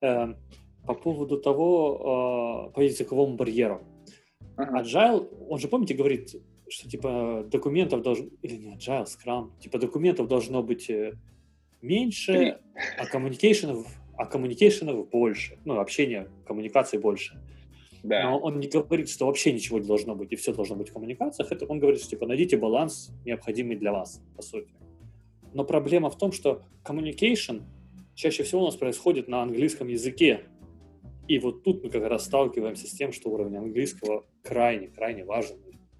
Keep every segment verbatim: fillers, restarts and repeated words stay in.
Э, по поводу того, э, по языковому барьеру. Ага. Agile, он же, помните, говорит, что типа документов должно... Или не Agile, Scrum. Типа документов должно быть э, меньше, Три. а коммуникейшенов, а коммуникейшенов больше. Ну, общения, коммуникации больше. Да. Но он не говорит, что вообще ничего не должно быть, и все должно быть в коммуникациях. Это он говорит, что типа найдите баланс, необходимый для вас, по сути. Но проблема в том, что communication чаще всего у нас происходит на английском языке. И вот тут мы как раз сталкиваемся с тем, что уровень английского крайне, крайне важен.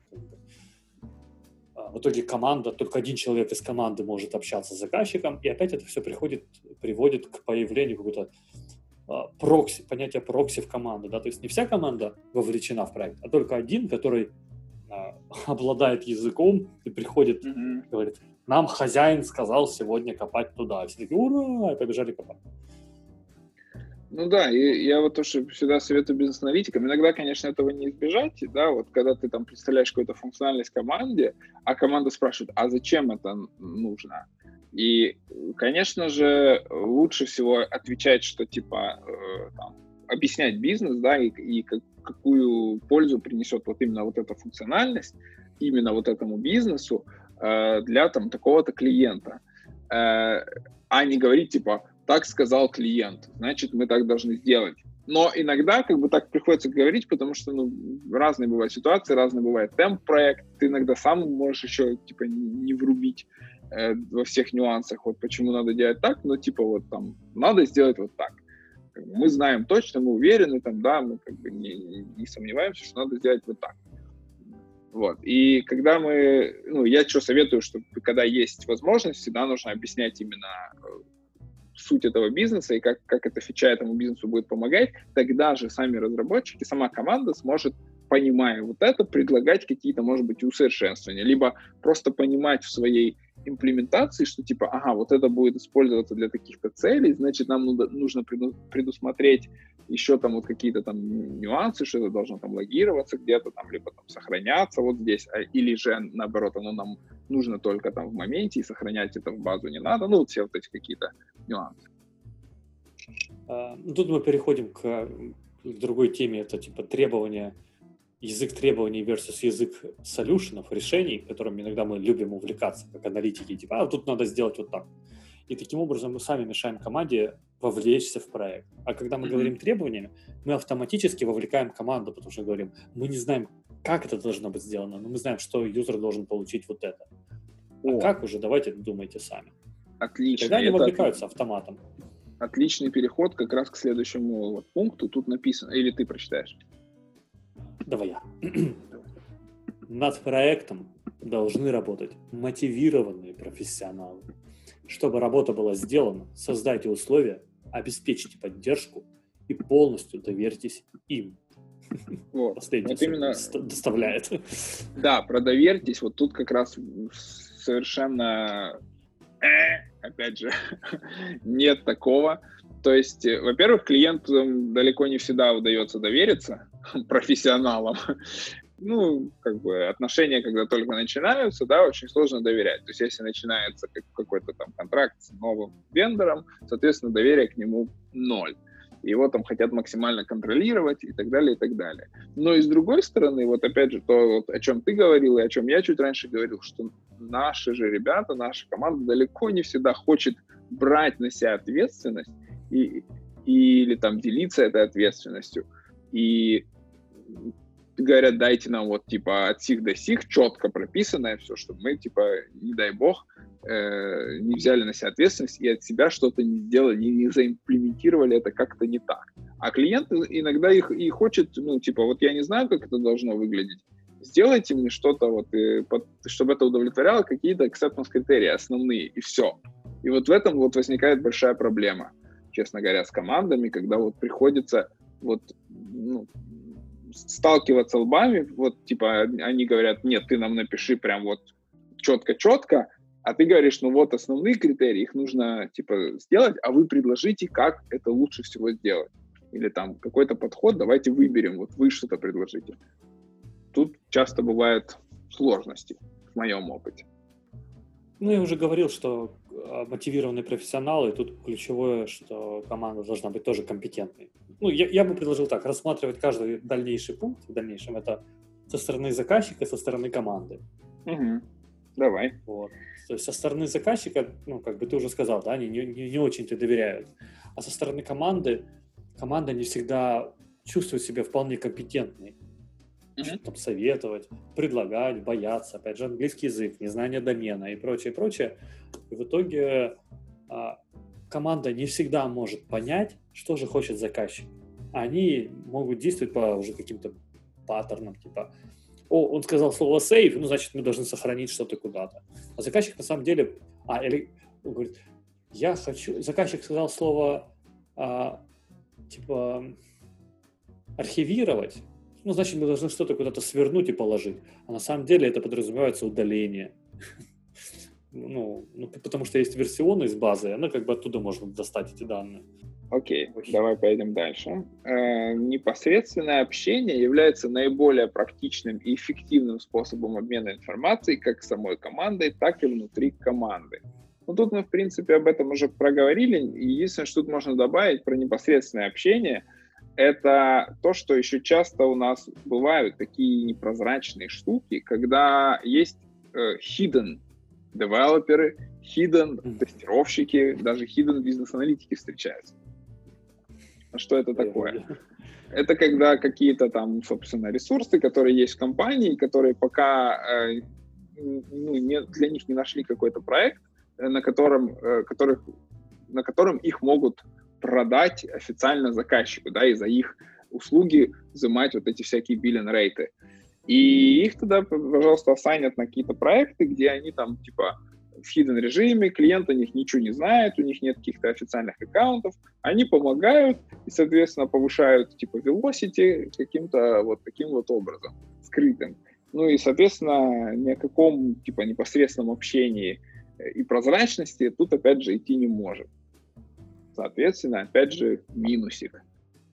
В итоге команда, только один человек из команды может общаться с заказчиком, и опять это все приходит, приводит к появлению какой-то а, прокси, понятия прокси в команду. Да? То есть не вся команда вовлечена в проект, а только один, который а, обладает языком и приходит, Mm-hmm. говорит, нам хозяин сказал сегодня копать туда. И все такие, ура, и побежали копать. Ну да, и я вот тоже всегда советую бизнес-аналитикам. Иногда, конечно, этого не избежать, да, вот когда ты там представляешь какую-то функциональность команде, а команда спрашивает, а зачем это нужно? И, конечно же, лучше всего отвечать, что типа э, там, объяснять бизнес, да, и, и как, какую пользу принесет вот именно вот эта функциональность именно вот этому бизнесу э, для там такого-то клиента, э, а не говорить типа так сказал клиент, значит, мы так должны сделать. Но иногда как бы так приходится говорить, потому что ну, разные бывают ситуации, разный бывает темп проект, ты иногда сам можешь еще типа не врубить э, во всех нюансах, вот почему надо делать так, но типа вот там надо сделать вот так. Мы знаем точно, мы уверены, там, да, мы как бы не, не, не сомневаемся, что надо сделать вот так. Вот. И когда мы, ну, я что советую, что когда есть возможность, всегда нужно объяснять именно суть этого бизнеса и как, как эта фича этому бизнесу будет помогать, тогда же сами разработчики, сама команда сможет, понимая вот это, предлагать какие-то, может быть, усовершенствования, либо просто понимать в своей имплементации, что типа, ага, вот это будет использоваться для таких-то целей, значит, нам нужно предусмотреть еще там вот какие-то там нюансы, что это должно там логироваться где-то там, либо там сохраняться вот здесь, или же, наоборот, оно нам нужно только там в моменте, и сохранять это в базу не надо, ну, вот все вот эти какие-то нюансы. Тут мы переходим к, к другой теме, это типа требования, язык требований versus язык солюшенов, решений, которыми иногда мы любим увлекаться, как аналитики, типа, а тут надо сделать вот так. И таким образом мы сами мешаем команде вовлечься в проект. А когда мы mm-hmm. говорим требованиями, мы автоматически вовлекаем команду, потому что говорим, мы не знаем, как это должно быть сделано, но мы знаем, что юзер должен получить вот это. А О. как уже, давайте думайте сами. Отлично. И тогда они это вовлекаются автоматом. Отличный переход как раз к следующему вот пункту. Тут написано, или ты прочитаешь? Давай я. Над проектом должны работать мотивированные профессионалы. Чтобы работа была сделана, создайте условия, обеспечьте поддержку и полностью доверьтесь им. Вот. Последнее вот именно доставляет. Да, про доверьтесь, вот тут как раз совершенно, опять же, нет такого. То есть, во-первых, клиентам далеко не всегда удается довериться профессионалам. Ну, как бы отношения, когда только начинаются, да, очень сложно доверять. То есть, если начинается какой-то там контракт с новым вендором, соответственно, доверие к нему ноль. Его там хотят максимально контролировать и так далее, и так далее. Но и с другой стороны, вот опять же, то, вот, о чем ты говорил и о чем я чуть раньше говорил, что наши же ребята, наша команда далеко не всегда хочет брать на себя ответственность и, и, или там делиться этой ответственностью. И говорят, дайте нам вот типа от сих до сих четко прописанное все, чтобы мы типа, не дай бог, э, не взяли на себя ответственность и от себя что-то не сделали, не, не заимплементировали это как-то не так. А клиент иногда их и хочет, ну типа, вот я не знаю, как это должно выглядеть, сделайте мне что-то, вот, и под, чтобы это удовлетворяло какие-то acceptance критерии основные, и все. И вот в этом вот возникает большая проблема, честно говоря, с командами, когда вот приходится вот, ну, сталкиваться лбами, вот, типа, они говорят, нет, ты нам напиши прям вот четко-четко, а ты говоришь, ну вот основные критерии, их нужно, типа, сделать, а вы предложите, как это лучше всего сделать. Или там какой-то подход, давайте выберем, вот вы что-то предложите. Тут часто бывают сложности, в моем опыте. Ну, я уже говорил, что мотивированные профессионалы, и тут ключевое, что команда должна быть тоже компетентной. Ну, я, я бы предложил так, рассматривать каждый дальнейший пункт в дальнейшем, это со стороны заказчика, со стороны команды. Угу. Давай. Вот. То есть со стороны заказчика, ну, как бы ты уже сказал, да, они не, не, не очень-то доверяют. А со стороны команды, команда не всегда чувствует себя вполне компетентной. Mm-hmm. Что-то там советовать, предлагать, бояться. Опять же, английский язык, незнание домена и прочее, прочее. И в итоге а, команда не всегда может понять, что же хочет заказчик. Они могут действовать по уже каким-то паттернам, типа о, он сказал слово save, ну, значит, мы должны сохранить что-то куда-то. А заказчик на самом деле... А, или он говорит, я хочу... Заказчик сказал слово, а, типа, архивировать, ну, значит, мы должны что-то куда-то свернуть и положить. А на самом деле это подразумевается удаление. Ну, ну, потому что есть версионность базы, и она как бы оттуда можно достать эти данные. Окей, okay, давай пойдем дальше. Э, непосредственное общение является наиболее практичным и эффективным способом обмена информацией как с самой командой, так и внутри команды. Ну, тут мы, в принципе, об этом уже проговорили. Единственное, что тут можно добавить про непосредственное общение, это то, что еще часто у нас бывают такие непрозрачные штуки, когда есть э, hidden девелоперы, hidden тестировщики, даже hidden бизнес-аналитики встречаются. А что это такое? Это когда какие-то там, собственно, ресурсы, которые есть в компании, которые пока э, ну, не, для них не нашли какой-то проект, на котором, э, которых, на котором их могут продать официально заказчику, да, и за их услуги взимать вот эти всякие биллинг-рейты. И их тогда, пожалуйста, ассайнят на какие-то проекты, где они там, типа, в hidden режиме, клиент о них ничего не знает, у них нет каких-то официальных аккаунтов, они помогают и, соответственно, повышают, типа, velocity каким-то вот таким вот образом, скрытым. Ну и, соответственно, ни о каком, типа, непосредственном общении и прозрачности тут, опять же, идти не может. Соответственно, опять же, минусик.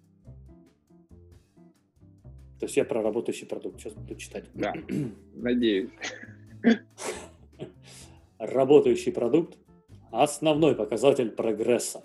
То есть я про работающий продукт сейчас буду читать. Да, надеюсь. Работающий продукт – основной показатель прогресса.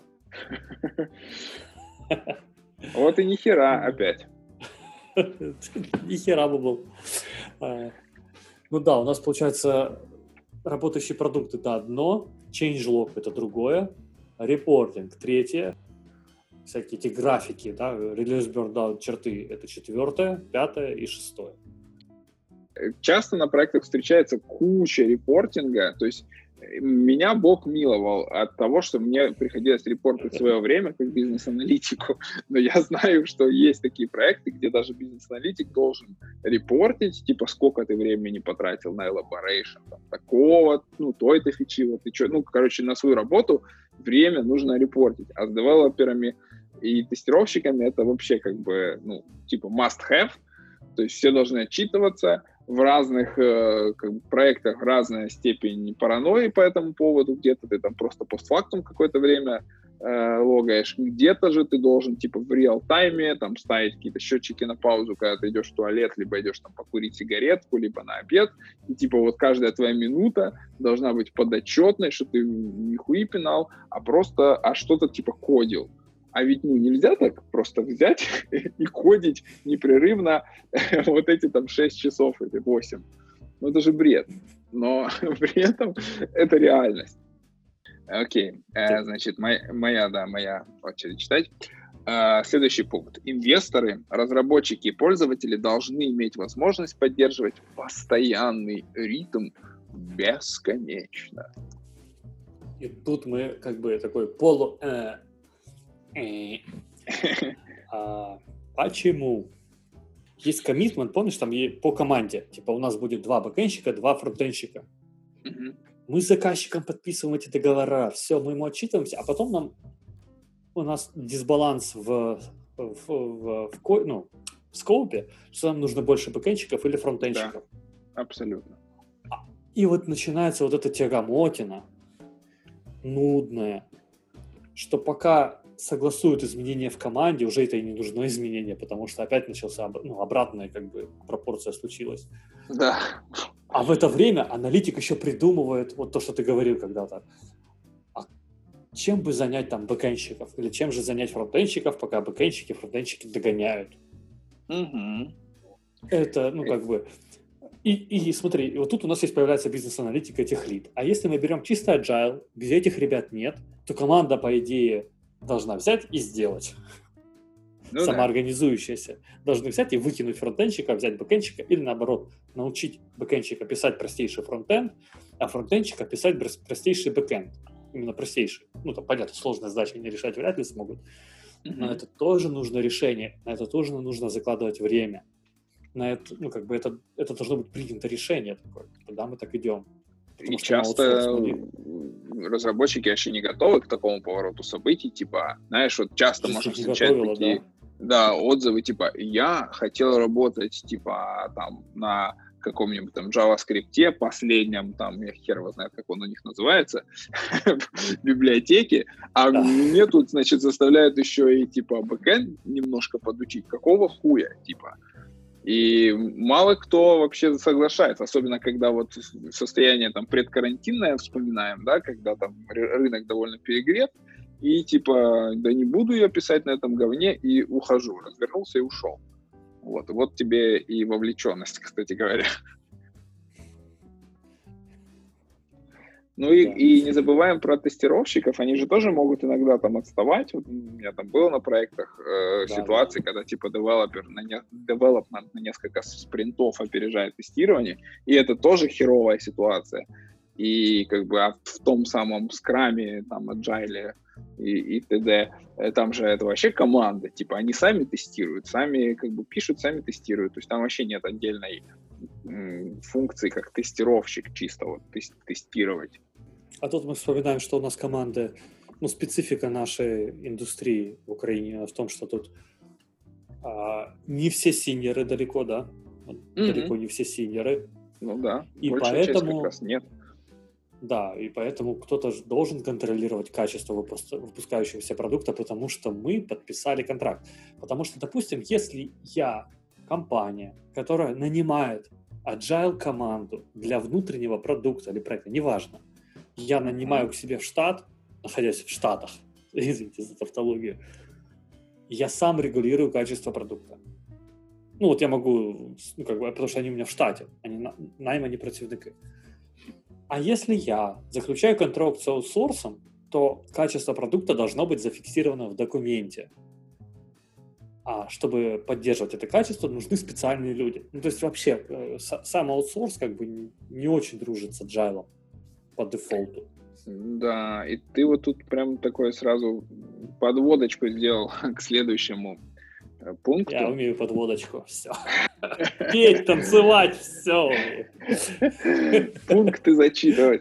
Вот и нихера опять. Нихера бы был. Ну да, у нас получается работающий продукт – это одно, changelog – это другое, репортинг – третье, всякие эти графики, да, release burndown черты – это четвертое, пятое и шестое. Часто на проектах встречается куча репортинга, то есть меня Бог миловал от того, что мне приходилось репортить свое время как бизнес-аналитику, но я знаю, что есть такие проекты, где даже бизнес-аналитик должен репортить, типа, сколько ты времени потратил на elaboration, там, такого, ну, той-то фичи, вот, и что, ну, короче, на свою работу время нужно репортить, а с девелоперами и тестировщиками это вообще как бы, ну, типа must-have, то есть все должны отчитываться. В разных э, как бы, проектах разная степень паранойи по этому поводу. Где-то ты там просто постфактум какое-то время э, логаешь, где-то же ты должен типа в реал-тайме там ставить какие-то счетчики на паузу, когда ты идешь в туалет, либо идешь там покурить сигаретку, либо на обед. И типа вот каждая твоя минута должна быть подотчетной, что ты не хуи пинал, а просто а что-то типа кодил. А ведь ну, нельзя так просто взять и кодить непрерывно вот эти там шесть часов или восемь. Ну, это же бред. Но при этом это реальность. Окей, э, значит, моя, моя, да, моя очередь читать. Э, следующий пункт. Инвесторы, разработчики и пользователи должны иметь возможность поддерживать постоянный ритм бесконечно. И тут мы как бы такой полу... Э, а, почему? Есть коммитмент, помнишь, там по команде, типа у нас будет два бэкэндщика, два фронтендщика. Mm-hmm. Мы с заказчиком подписываем эти договора, все, мы ему отчитываемся, а потом нам у нас дисбаланс в, в, в, в, ну, в скоупе, что нам нужно больше бэкэндщиков или фронтендщиков. Да, абсолютно. И вот начинается вот эта тягомотина, нудная, что пока согласуют изменения в команде, уже это и не нужно изменение, потому что опять начался, ну, обратная как бы пропорция случилась. Да. А в это время аналитик еще придумывает вот то, что ты говорил когда-то. чем бы занять там бэкэндщиков, или чем же занять фронтенщиков, пока бэкэндщики, фронтенщики догоняют. Угу. Это, ну, как бы... И, и смотри, и вот тут у нас есть появляется бизнес-аналитика, техлид. А если мы берем чисто agile, где этих ребят нет, то команда, по идее, должна взять и сделать. Ну, самоорганизующаяся. Да. Должны взять и выкинуть фронтенщика, взять бэкэндщика, или наоборот, научить бэкэндщика писать простейший фронтенд, а фронтенщика писать простейший бэкэнд. Именно простейший. Ну, там, понятно, сложные задачи они решать вряд ли смогут. Но mm-hmm. это тоже нужно решение, на это тоже нужно закладывать время. На это, ну, как бы это, это должно быть принято решение такое, тогда мы так идем. И часто разработчики вообще не готовы к такому повороту событий, типа, знаешь, вот часто можно встречать готовила, такие да? Да, отзывы, типа, я хотел работать, типа, там, на каком-нибудь там JavaScript, последнем, там, я хер его знает, как он у них называется, библиотеке, а да. мне тут, значит, заставляют еще и, типа, бэкэнд немножко подучить. Какого хуя, типа? И мало кто вообще соглашается, особенно когда вот состояние там предкарантинное вспоминаем, да, когда там рынок довольно перегрет, и типа, да не буду я писать на этом говне, и ухожу, развернулся и ушел. Вот, вот тебе и вовлеченность, кстати говоря. Ну и, да. и не забываем про тестировщиков, они же тоже могут иногда там отставать. Вот у меня там было на проектах э, да, ситуации, да. когда типа девелопер на, не, девелопмент на несколько спринтов опережает тестирование, и это тоже херовая ситуация. И как бы а в том самом скраме, там, agile и, и т.д. там же это вообще команда, типа они сами тестируют, сами как бы пишут, сами тестируют, то есть там вообще нет отдельной м, функции, как тестировщик чисто вот тест, тестировать. А тут мы вспоминаем, что у нас команды, ну, специфика нашей индустрии в Украине в том, что тут а, не все синьоры далеко, да, mm-hmm. далеко не все синьоры. Ну да, и большая поэтому, часть как раз нет. Да, и поэтому кто-то должен контролировать качество выпускающегося продукта, потому что мы подписали контракт. Потому что, допустим, если я компания, которая нанимает agile команду для внутреннего продукта или проекта, неважно, я нанимаю к себе в штат, находясь в Штатах, извините за тавтологию, я сам регулирую качество продукта. Ну вот я могу, ну, как бы, потому что они у меня в штате, они найманы працівники. А если я заключаю контракт с аутсорсом, то качество продукта должно быть зафиксировано в документе. А чтобы поддерживать это качество, нужны специальные люди. Ну, то есть вообще сам аутсорс как бы не очень дружит с agile по дефолту. Да, и ты вот тут прям такой сразу подводочку сделал к следующему пункту. Я умею подводочку, все. Петь, танцевать, все. Пункты зачитывать.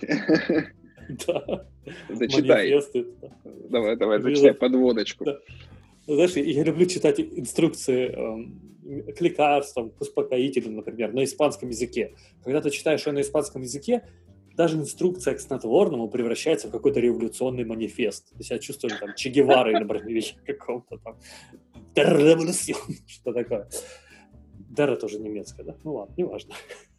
Да. Зачитай. Манифесты. Давай, давай, зачитай подводочку. Да. Знаешь, я люблю читать инструкции э, к лекарствам, к успокоителям, например, на испанском языке. Когда ты читаешь ее на испанском языке, даже инструкция к снотворному превращается в какой-то революционный манифест. То есть я чувствую там Че Геварой на броневике каком-то там. Революцион, что такое. Дара тоже немецкая, да? Ну ладно, неважно.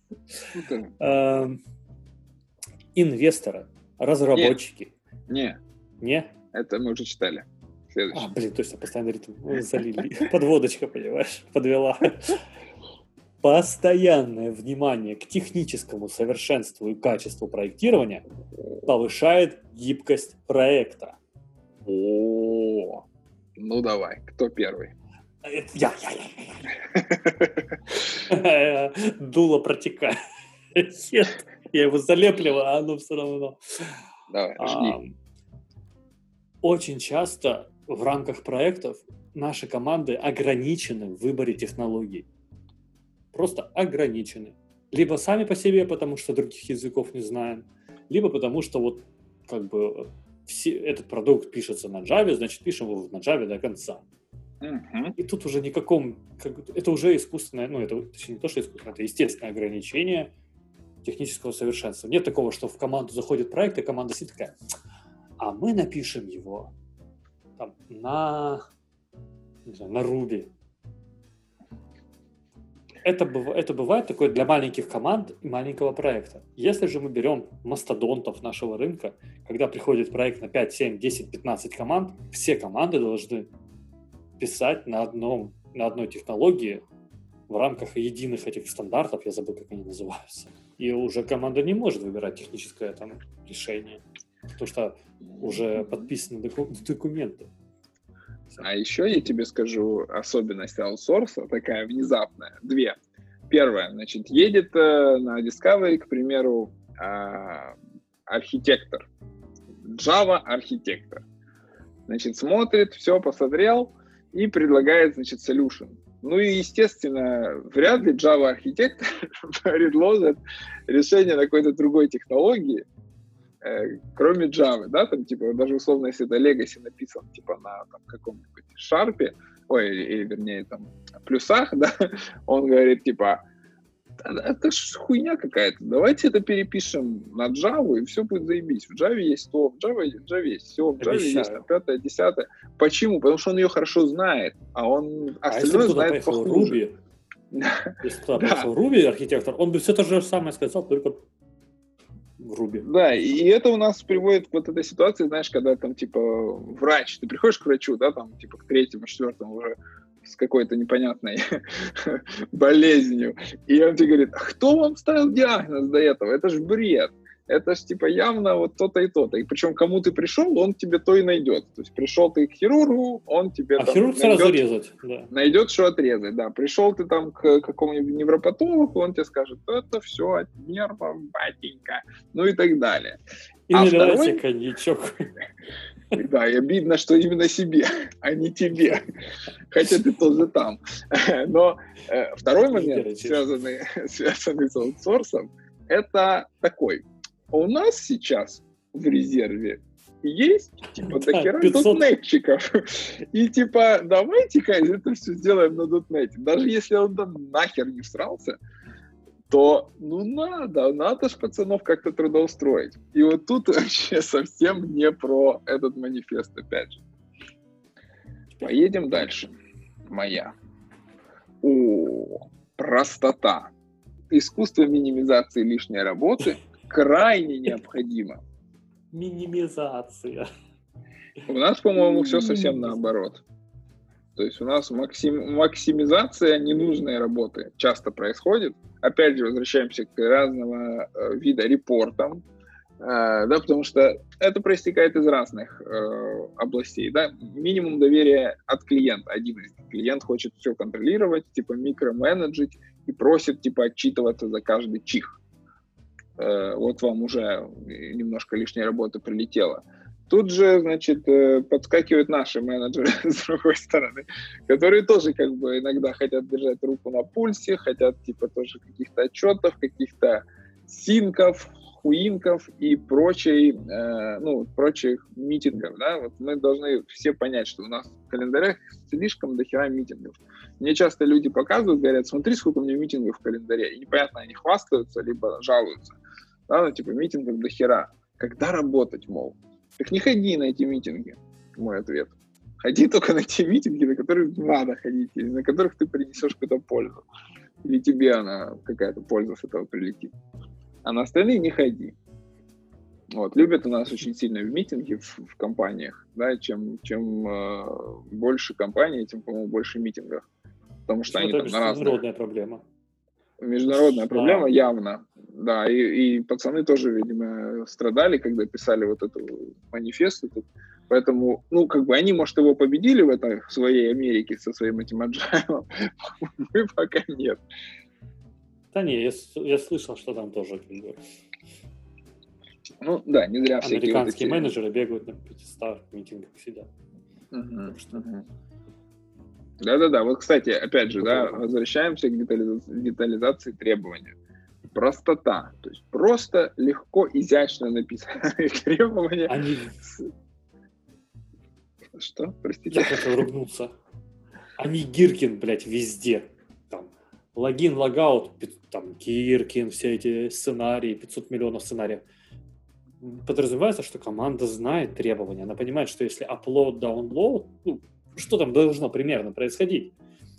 Инвесторы, разработчики. Не. Не? Это мы уже читали. А, блин, точно, постоянно ритм залили. Подводочка, понимаешь, подвела. Постоянное внимание к техническому совершенству и качеству проектирования повышает гибкость проекта. О, ну давай, кто первый? Я, я, я, я. Дуло протекает. Нет, я его залепливаю, а оно все равно. Давай, жги. Очень часто в рамках проектов наши команды ограничены в выборе технологий. Просто ограничены. Либо сами по себе, потому что других языков не знаем, либо потому что вот как бы все, этот продукт пишется на Java, значит пишем его на Java до конца. Uh-huh. И тут уже никаком, как, это уже искусственное, ну это точнее не то, что искусственное, это естественное ограничение технического совершенства. Нет такого, что в команду заходит проект, и команда сидит такая, а мы напишем его там, на, не знаю, на Ruby. это, это бывает такое для маленьких команд и маленького проекта. Если же мы берем мастодонтов нашего рынка, когда приходит проект на пять, семь, десять, пятнадцать команд, все команды должны писать на, одном, на одной технологии в рамках единых этих стандартов, я забыл, как они называются. И уже команда не может выбирать техническое там решение, потому что уже подписаны доку- документы. А еще я тебе скажу особенность аутсорса, такая внезапная, две. Первая, значит, едет э, на Discovery, к примеру, э, архитектор, Java архитектор. Значит, смотрит, все посмотрел и предлагает, значит, solution. Ну и, естественно, вряд ли Java архитектор предложит решение на какой-то другой технологии, э, кроме Java, да, там, типа, даже условно, если это Legacy написан, типа, на там, каком-нибудь Sharp, ой, или, или, вернее, там, плюсах, да, он говорит, типа, это ж хуйня какая-то, давайте это перепишем на Java, и все будет заебись. В Java есть то, в Java, в Java есть все, в Java Обещаю. есть там, пятое, десятое. Почему? Потому что он ее хорошо знает, а он А остальное если бы туда знает поехал похуже. Ruby, если туда поехал Ruby архитектор, он бы все то же самое сказал, только в Ruby. Да, и это у нас приводит к вот этой ситуации, знаешь, когда там, типа, врач, ты приходишь к врачу, да, там, типа, к третьему, четвертому уже с какой-то непонятной болезнью, и он тебе говорит, а кто вам ставил диагноз до этого? Это ж бред. Это ж, типа, явно вот то-то и то-то. И причем, кому ты пришел, он тебе то и найдет. То есть, пришел ты к хирургу, он тебе А там хирург найдет, сразу резать, да. найдет, что отрезать, да. Пришел ты там к какому-нибудь невропатологу, он тебе скажет, это все от нервов, батенька, ну и так далее. И а наливайте второй... коньячок. Да, и обидно, что именно себе, а не тебе. Хотя ты тоже там. Но э, второй момент, связанный, связанный с аутсорсом, это такой. У нас сейчас в резерве есть типа дохера дотнетчиков. И типа давайте-ка это все сделаем на дотнете. Даже если он там нахер не всрался, то ну надо, надо ж пацанов как-то трудоустроить. И вот тут вообще совсем не про этот манифест, опять же. Поедем дальше. Моя. О, простота. Искусство минимизации лишней работы крайне необходимо. Минимизация. У нас, по-моему, все совсем наоборот. То есть у нас максим, максимизация ненужной работы часто происходит. Опять же, возвращаемся к разного э, вида репортам, э, да, потому что это проистекает из разных э, областей. Да? Минимум доверия от клиента. Один из них. Клиент хочет все контролировать, типа микроменеджить и просит типа отчитываться за каждый чих. Э, вот вам уже немножко лишней работы прилетело. Тут же, значит, подскакивают наши менеджеры с другой стороны, которые тоже как бы иногда хотят держать руку на пульсе, хотят типа тоже каких-то отчетов, каких-то синков, хуинков и прочей, э, ну, прочих митингов, да, вот мы должны все понять, что у нас в календарях слишком дохера митингов. Мне часто люди показывают, говорят, смотри, сколько у меня митингов в календаре, и непонятно, они хвастаются, либо жалуются, да, ну, типа, митингов дохера. Когда работать, мол? Так не ходи на эти митинги, мой ответ. Ходи только на те митинги, на которые надо ходить, или на которых ты принесешь какую-то пользу. Или тебе она, какая-то польза с этого прилетит. А на остальные не ходи. Вот. Любят у нас очень сильно в митинги в, в компаниях. Да, чем чем э, больше компаний, тем, по-моему, больше митингов. Потому что Почему они это там на разных... международная проблема. Международная да. проблема явно, да, и, и пацаны тоже, видимо, страдали, когда писали вот эту манифест, этот. Поэтому, ну, как бы они, может, его победили в этой в своей Америке со своим этим аджайлом, мы пока нет. Да не, я, я слышал, что там тоже как бы... Ну, да, не зря всякие американские вот эти... менеджеры бегают на пятистах митингах сидят. Угу, что... угу. Да-да-да, вот, кстати, опять же, да, возвращаемся к детализации, детализации требований. Простота, то есть просто, легко, изящно написанные требования. Они... Что? Простите? Я хотел ругнуться. Они Гиркин, блядь, везде. Там, логин, логаут, там, Гиркин, все эти сценарии, пятьсот миллионов сценариев. Подразумевается, что команда знает требования. Она понимает, что если upload, download, ну, что там должно примерно происходить.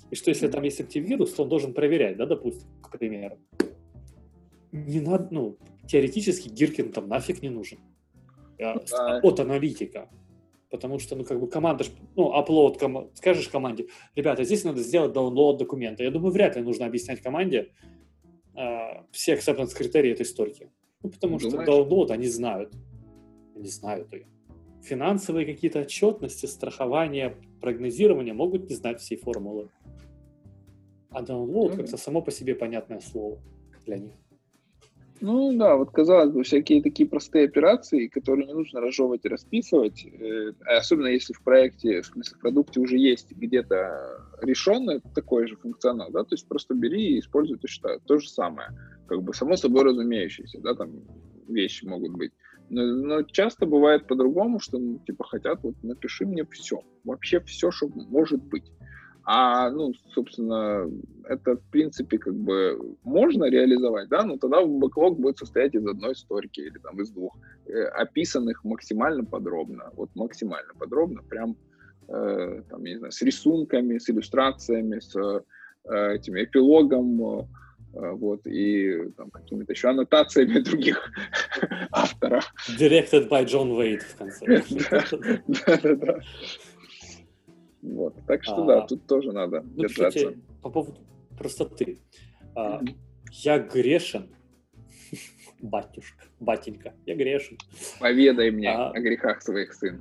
И что если там есть антивирус, то он должен проверять, да, допустим, к примеру. Не надо, ну, теоретически Гиркин там нафиг не нужен. Да. От аналитика. Потому что, ну, как бы команда, ну, upload, ком... скажешь команде, ребята, здесь надо сделать download документа. Я думаю, вряд ли нужно объяснять команде э, все acceptance критерии этой стойки. Ну, потому Думаешь? что download они знают. Они знают ее. Финансовые какие-то отчетности, страхование, прогнозирование могут не знать всей формулы. А download mm-hmm. как-то само по себе понятное слово для них. Ну да, вот казалось бы, всякие такие простые операции, которые не нужно разжевывать и расписывать, э, особенно если в проекте, в смысле в продукте уже есть где-то решенный такой же функционал, да, то есть просто бери и используй точно то же самое, как бы само собой разумеющееся, да, там вещи могут быть. Но, но часто бывает по-другому, что ну, типа хотят, вот напиши мне все, вообще все, что может быть. А, ну, собственно, это, в принципе, как бы можно реализовать, да, но тогда бэклог будет состоять из одной сторики или там из двух, э, описанных максимально подробно, вот максимально подробно, прям, э, там, я не знаю, с рисунками, с иллюстрациями, с э, этим эпилогом, э, вот, и там какими-то еще аннотациями других авторов. Directed by John Wade в конце. Да-да-да. Вот. Так что а, да, тут тоже надо ну, держаться. Кстати, по поводу простоты. А, mm-hmm. Я грешен, батюшка, батенька, я грешен. Поведай мне а, о грехах своих, сын.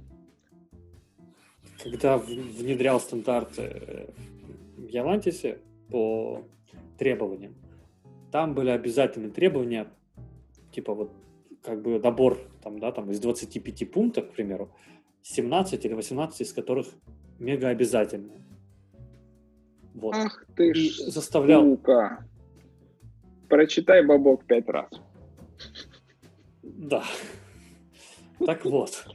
Когда внедрял стандарты в Явантисе по требованиям, там были обязательные требования, типа вот как бы набор там, да, там из двадцати пяти пунктов, к примеру, семнадцать или восемнадцать из которых мега обязательные. Вот. Ах ты и ж, заставлял... сука. Прочитай бабок пять раз. Да. Так вот.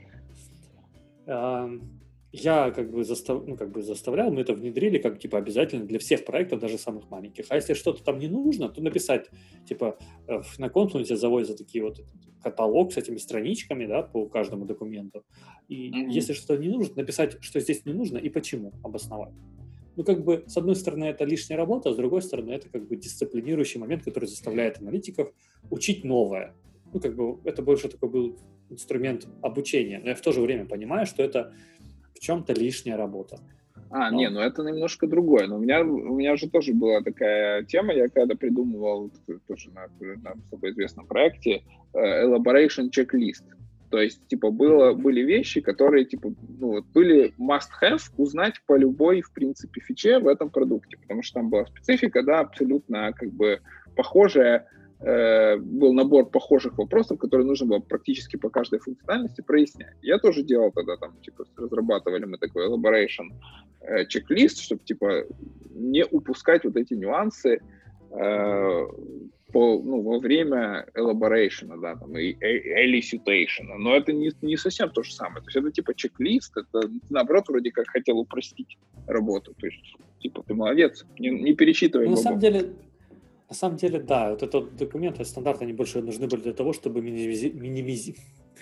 Я как бы, застав... ну, как бы заставлял, мы это внедрили как типа обязательно для всех проектов, даже самых маленьких. А если что-то там не нужно, то написать, типа на Confluence заводятся такие вот каталог с этими страничками, да, по каждому документу. И mm-hmm. если что-то не нужно, написать, что здесь не нужно и почему, обосновать. Ну, как бы, с одной стороны, это лишняя работа, а с другой стороны, это как бы дисциплинирующий момент, который заставляет аналитиков учить новое. Ну, как бы, это больше такой был инструмент обучения. Но я в то же время понимаю, что это в чем-то лишняя работа. А, но... не, ну это немножко другое. Но у меня, у меня же тоже была такая тема, я когда придумывал тоже на, на особо известном проекте Elaboration Checklist. То есть, типа, было, были вещи, которые, типа, ну, вот, были must-have узнать по любой, в принципе, фиче в этом продукте, потому что там была специфика, да, абсолютно, как бы, похожая, э, был набор похожих вопросов, которые нужно было практически по каждой функциональности прояснять. Я тоже делал тогда, там, типа, разрабатывали мы такой elaboration э, чек-лист, чтобы, типа, не упускать вот эти нюансы, э, По, ну, во время elaboration, да, там, и elicitation, но это не, не совсем то же самое. То есть это типа чек-лист, это наоборот вроде как хотел упростить работу. То есть, типа, ты молодец, не, не пересчитывай. Ну, на самом деле, на самом деле, да, вот этот документ, стандарты, они больше нужны были для того, чтобы минимизи... минимизи...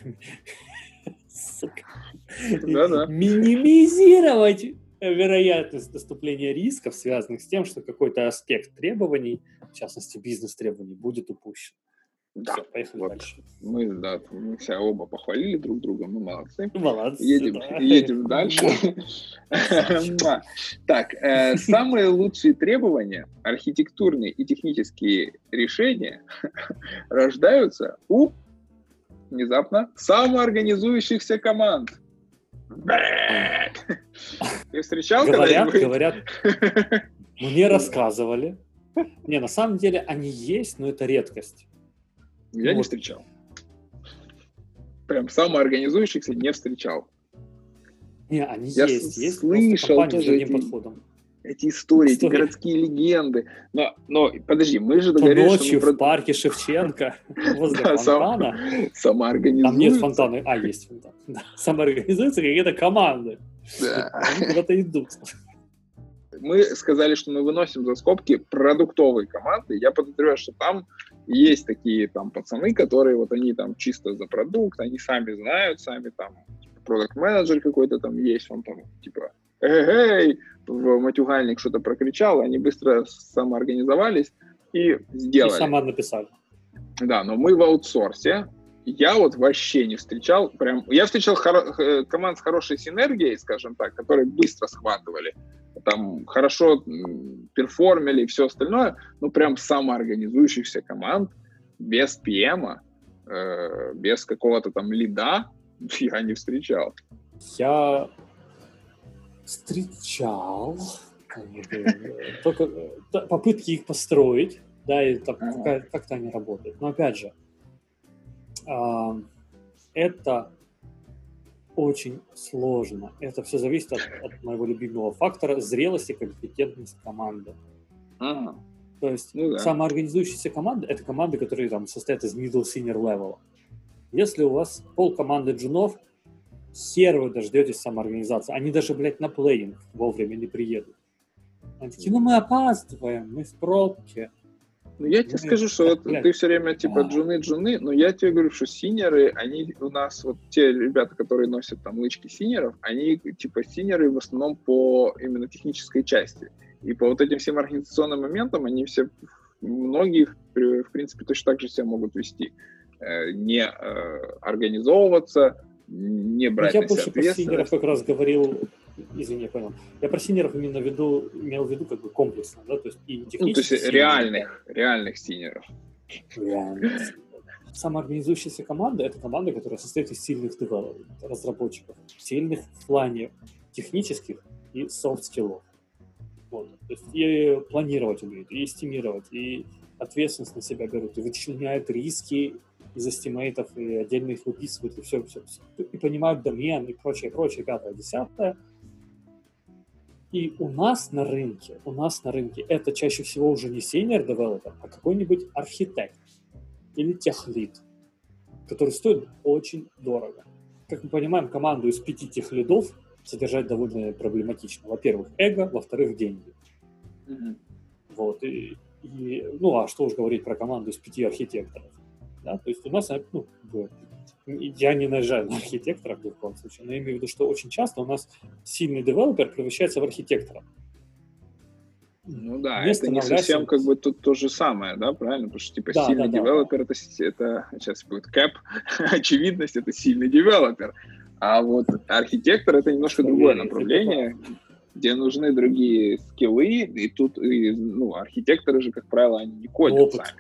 минимизировать вероятность наступления рисков, связанных с тем, что какой-то аспект требований, в частности, бизнес-требований, будет упущен. Да, все, поехали вот. дальше. Мы, да, мы себя оба похвалили друг друга, мы молодцы. Молодцы, Едем, да. едем дальше. Так, самые лучшие требования, архитектурные и технические решения рождаются у, внезапно, самоорганизующихся команд. Ты встречал говорят, говорят, мне рассказывали. Не, на самом деле они есть, но это редкость. Я ну, не вот. встречал. Прям самоорганизующихся не встречал. Не, они Я есть, с- есть слышал компании с тоже другим эти, подходом. эти истории, эти Истории. городские легенды. Но, но подожди, мы же То договорились, ночью что мы в парке Шевченко возле Да, сам- фонтана. самоорганизуются. Там нет фонтана, а есть фонтан. Да. Самоорганизуются какие-то команды. Да. Они куда-то идут. Мы сказали, что мы выносим за скобки продуктовые команды. Я подозреваю, что там есть такие там пацаны, которые вот они там чисто за продукт, они сами знают, сами там продакт-менеджер какой-то там есть, он там типа эй, в матюгальник что-то прокричал, они быстро самоорганизовались и сделали. И сама написали. Да, но мы в аутсорсе. Я вот вообще не встречал, прям, я встречал хоро- команд с хорошей синергией, скажем так, которые быстро схватывали, там хорошо перформили и все остальное, но прям самоорганизующихся команд без пи эм, э, без какого-то там лида я не встречал. Я встречал только попытки их построить, да, и так, ага. как-то они работают. Но опять же, это очень сложно. Это все зависит от, от моего любимого фактора зрелости, компетентности команды. Ага. То есть ну, да. самоорганизующиеся команды — это команды, которые там состоят из middle senior level. Если у вас пол команды джунов, хер вы дождетесь самоорганизации. Они даже, блядь, на плейнг вовремя не приедут. Они такие, ну мы опаздываем, мы в пробке. Ну, я тебе ну, скажу, что вот ты все время типа джуны-джуны, но я тебе говорю, что синеры, они у нас, вот те ребята, которые носят там лычки синеров, они типа синеры в основном по именно технической части. И по вот этим всем организационным моментам они все, многие, в принципе, точно так же себя могут вести. Не организовываться, не брать я на себя больше про синеров как раз говорил, извини, я понял. Я про синеров именно веду, имел в виду как бы комплексно, да, то есть и технически. Ну, то есть реальных, да. реальных синеров. Реальных. Самоорганизующаяся команда — это команда, которая состоит из сильных разработчиков, сильных в плане технических и софт-скиллов. Вот. То есть и планировать умеют, и эстимировать, и ответственность на себя берут, и вычленяют риски из эстимейтов, и отдельно их выписывают, и все, все, все. И понимают домен, и прочее, прочее, пятое, десятое. И у нас на рынке, у нас на рынке это чаще всего уже не senior developer, а какой-нибудь архитект или техлид, который стоит очень дорого. Как мы понимаем, команду из пяти техлидов содержать довольно проблематично. Во-первых, эго, во-вторых, деньги. Mm-hmm. Вот, и, и, ну, а что уж говорить про команду из пяти архитекторов. Да? То есть у нас, ну, я не наезжаю на архитекторов в любом случае, но я имею в виду, что очень часто у нас сильный девелопер превращается в архитектора. Ну да, не это не совсем как бы тут то же самое, да, правильно? Потому что типа да, сильный да, девелопер да. это, это сейчас будет кэп, очевидность, это сильный девелопер. А вот архитектор — это немножко что другое направление, где нужны другие скиллы, и тут, и, ну, архитекторы же, как правило, они не кодят опыт. Сами.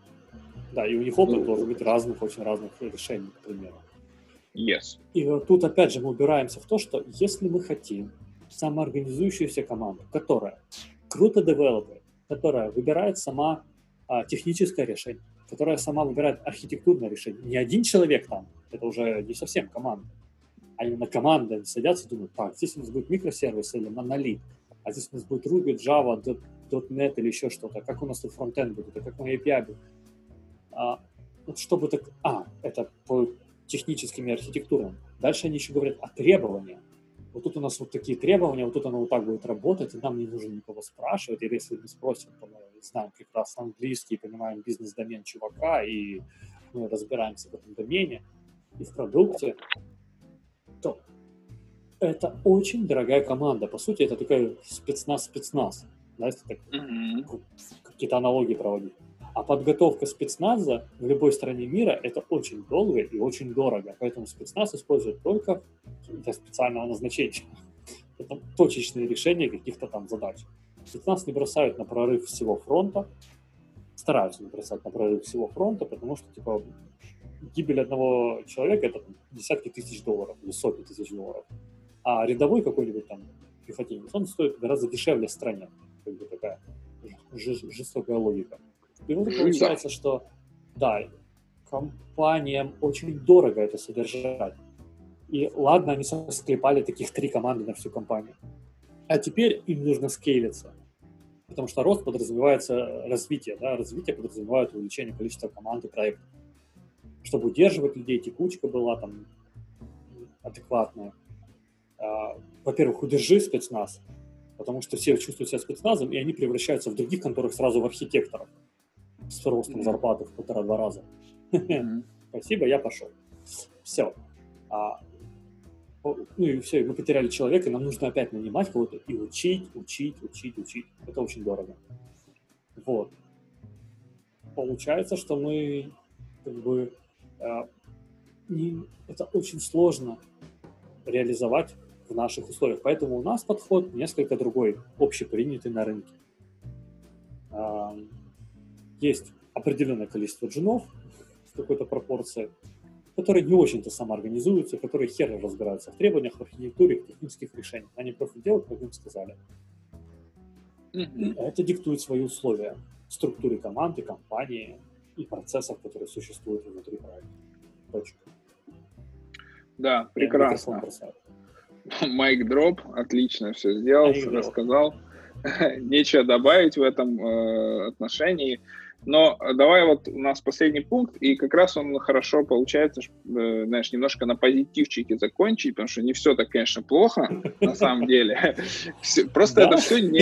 Да, и у них опыт ну, должен быть разных, очень разных решений, к примеру. Yes. И вот тут, опять же, мы упираемся в то, что если мы хотим самоорганизующуюся команду, которая круто девелопер, которая выбирает сама а, техническое решение, которая сама выбирает архитектурное решение, не один человек там, это уже не совсем команда, а именно команда, они садятся и думают, так, здесь у нас будет микросервис или монолит, а здесь у нас будет Ruby, Java, .NET или еще что-то, как у нас тут фронтенд будет, а как мы эй пи ай будет. А, вот чтобы так... А, это по техническим и архитектурам. Дальше они еще говорят о требованиях. Вот тут у нас вот такие требования, вот тут оно вот так будет работать, и нам не нужно никого спрашивать, или если мы спросим, то мы знаем прекрасно английский, понимаем бизнес-домен чувака, и мы разбираемся в этом домене, и в продукте, то это очень дорогая команда. По сути, это такой спецназ-спецназ. Да, если так, mm-hmm. какие-то аналогии проводить. А подготовка спецназа в любой стране мира – это очень долго и очень дорого. Поэтому спецназ используют только для специального назначения. Это точечные решения каких-то там задач. Спецназ не бросают на прорыв всего фронта, стараются не бросать на прорыв всего фронта, потому что типа гибель одного человека – это десятки тысяч долларов или сотни тысяч долларов. А рядовой какой-нибудь там пехотинец, он стоит гораздо дешевле в стране. Как бы такая жестокая логика. И вот получается, что да, компаниям очень дорого это содержать. И ладно, они склепали таких три команды на всю компанию. А теперь им нужно скейлиться. Потому что рост подразумевается развитие. Да? Развитие подразумевает увеличение количества команд и проектов. Чтобы удерживать людей, текучка была там адекватная. Во-первых, удержи спецназ, потому что все чувствуют себя спецназом, и они превращаются в других конторах сразу в архитекторов. С ростом mm-hmm. зарплаты в полтора-два раза. Mm-hmm. Спасибо, я пошел. Все. А, ну и все, мы потеряли человека, и нам нужно опять нанимать кого-то и учить, учить, учить, учить. Это очень дорого. Вот. Получается, что мы как бы э, не, это очень сложно реализовать в наших условиях. Поэтому у нас подход несколько другой, общепринятый на рынке. Э, есть определенное количество джунов в какой-то пропорции, которые не очень-то самоорганизуются, которые хер разбираются в требованиях, в архитектуре, в технических решениях. Они просто делают, как им сказали. Mm-hmm. Это диктует свои условия структуры команды, компании и процессов, которые существуют внутри проекта. Точка. Да, прекрасно. Майк дроп, отлично все сделал, Майк рассказал. Нечего добавить в этом э, отношении. Но давай вот у нас последний пункт, и как раз он хорошо получается, э, знаешь, немножко на позитивчике закончить, потому что не все так, конечно, плохо, на самом деле. Просто это все не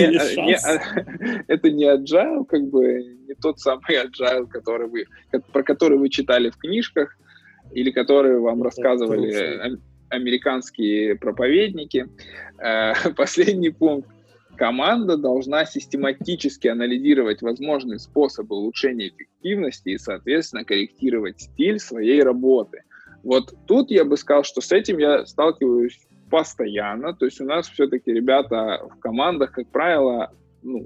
это не agile, как бы не тот самый agile, который вы, про который вы читали в книжках, или который вам рассказывали американские проповедники. Последний пункт. Команда должна систематически анализировать возможные способы улучшения эффективности и, соответственно, корректировать стиль своей работы. Вот тут я бы сказал, что с этим я сталкиваюсь постоянно. То есть у нас все-таки ребята в командах, как правило, ну,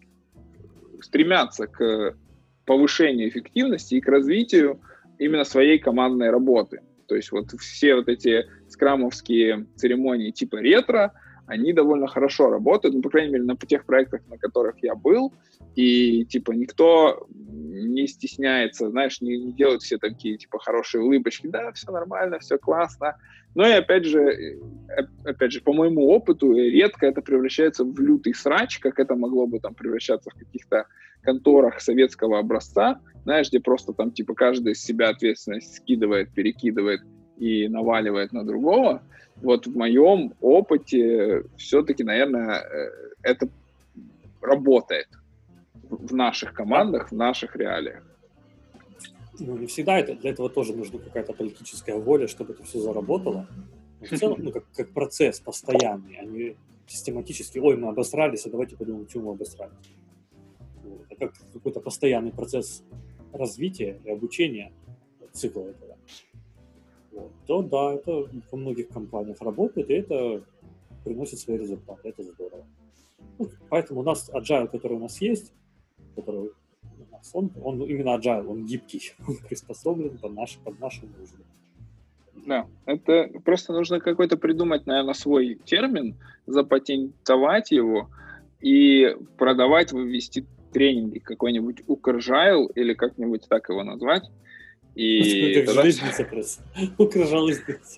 стремятся к повышению эффективности и к развитию именно своей командной работы. То есть вот все вот эти скрамовские церемонии типа ретро, они довольно хорошо работают, ну, по крайней мере, на тех проектах, на которых я был, и, типа, никто не стесняется, знаешь, не, не делают все такие, типа, хорошие улыбочки, да, все нормально, все классно, но и, опять же, опять же, по моему опыту, редко это превращается в лютый срач, как это могло бы, там, превращаться в каких-то конторах советского образца, знаешь, где просто, там, типа, каждый из себя ответственность скидывает, перекидывает и наваливает на другого. Вот в моем опыте все-таки, наверное, это работает в наших командах, в наших реалиях. Ну, не всегда это, для этого тоже нужна какая-то политическая воля, чтобы это все заработало. Но в целом, ну, как, как процесс постоянный, а не систематически, ой, мы обосрались, а давайте подумаем, чему мы обосрались. Вот. Это как какой-то постоянный процесс развития и обучения цикла этого. Вот. То да, это во многих компаниях работает, и это приносит свои результаты, это здорово. Ну, поэтому у нас agile, который у нас есть, который у нас, он, он именно agile, он гибкий, он приспособлен под наши, под наши нужды. Да, это просто нужно какой-то придумать, наверное, свой термин, запатентовать его и продавать, вывести тренинги, какой-нибудь Укржайл или как-нибудь так его назвать. И как тогда... железница просто. Укржалезница.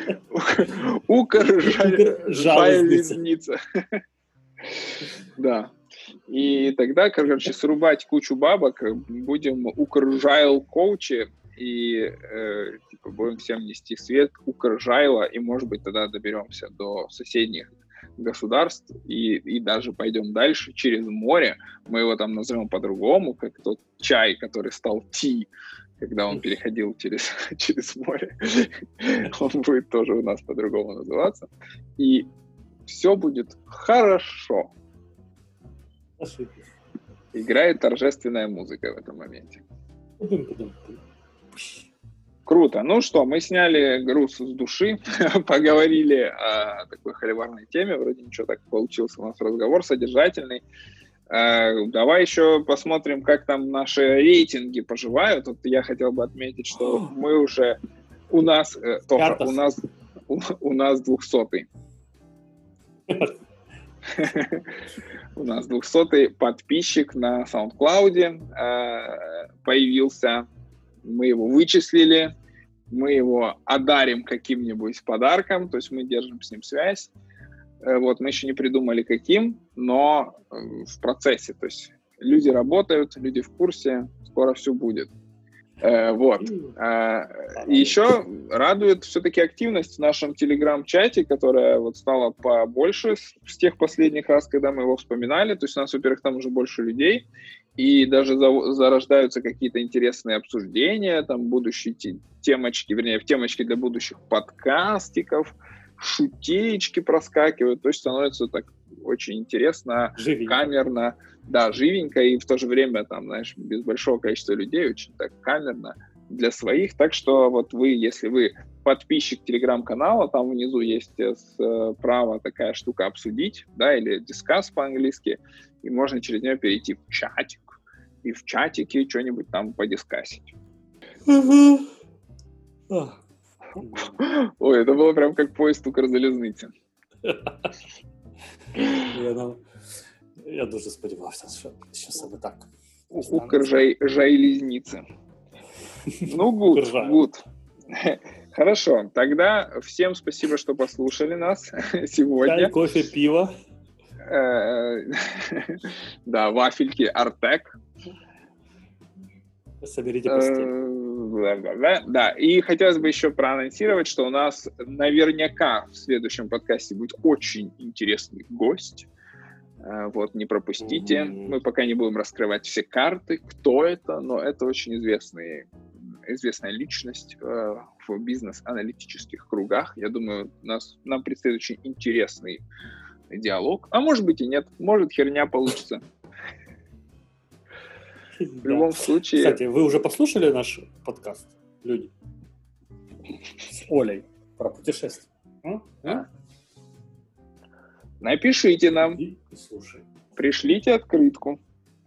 Укржалезница. Да. И тогда, короче, срубать кучу бабок, будем укржайл-коучи и э, типа, будем всем нести свет укржайла, и, может быть, тогда доберемся до соседних государств и, и даже пойдем дальше через море. Мы его там назовем по-другому, как тот чай, который стал ти, когда он переходил через, через море. Он будет тоже у нас по-другому называться. И все будет хорошо. Играет торжественная музыка в этом моменте. Круто. Ну что, мы сняли груз с души, поговорили о такой холиварной теме. Вроде ничего, так получился у нас разговор содержательный. Давай еще посмотрим, как там наши рейтинги поживают. Вот я хотел бы отметить, что мы уже у нас, Тоха, у нас у, у нас двухсотый. У нас двухсотый подписчик на SoundCloud появился. Мы его вычислили, мы его одарим каким-нибудь подарком, то есть мы держим с ним связь. Вот, мы еще не придумали каким, но в процессе. То есть люди работают, люди в курсе, скоро все будет. Вот. И еще радует все-таки активность в нашем телеграм-чате, которая вот стала побольше с тех последних раз, когда мы его вспоминали. То есть у нас, во-первых, там уже больше людей, и даже зарождаются какие-то интересные обсуждения, там будущие темочки, вернее, темочки для будущих подкастиков. шутеечки проскакивают, то есть становится так очень интересно, живенько. Камерно, да, живенько, и в то же время, там, знаешь, без большого количества людей, очень так камерно для своих. Так что вот вы, если вы подписчик телеграм-канала, там внизу есть справа такая штука «Обсудить», да, или «Дискасс» по-английски, и можно через нее перейти в чатик, и в чатике что-нибудь там подискассить. Ой, это было прям как поезд Укрзалізниці. Я, я дуже сподівався, що, що саме так. Укржайлізниці. Ну, гуд, гуд. Хорошо, тогда всем спасибо, что послушали нас сегодня. Чай, кофе, пиво. Да, вафельки Артек. Соберите постель. Да, и хотелось бы еще проанонсировать, что у нас наверняка в следующем подкасте будет очень интересный гость. Вот, не пропустите. Mm-hmm. Мы пока не будем раскрывать все карты, кто это, но это очень известный, известная личность э, в бизнес-аналитических кругах. Я думаю, нас, нам предстоит очень интересный диалог. А может быть и нет, может херня получится. В любом случае... Кстати, вы уже послушали наш подкаст, люди? С Олей про путешествия. А? А? Напишите нам, пришлите открытку.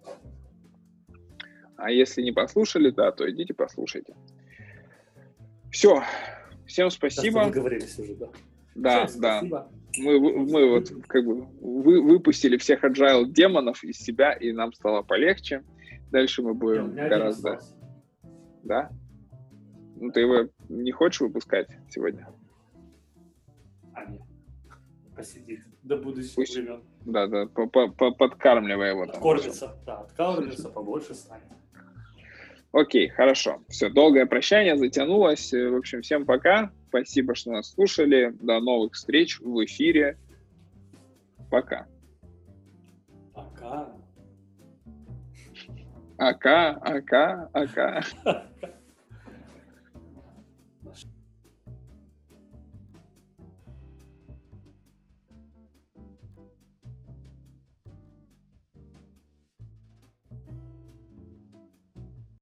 А если не послушали, да, то идите послушайте. Все, всем спасибо. Мы договорились уже, да. Да, всем да. Спасибо. Мы, мы вот как бы вы, выпустили всех agile демонов из себя, и нам стало полегче. Дальше мы будем Нет, гораздо... Да? Ну, ты его не хочешь выпускать сегодня? А, нет. Посидит до будущих Пусть... времен. Да, да, подкармливай его. Откормится, там, да, откармливается, побольше станет. Окей, хорошо. Все, долгое прощание затянулось. В общем, всем пока. Спасибо, что нас слушали. До новых встреч в эфире. Пока. Пока. Ака, ака, ака.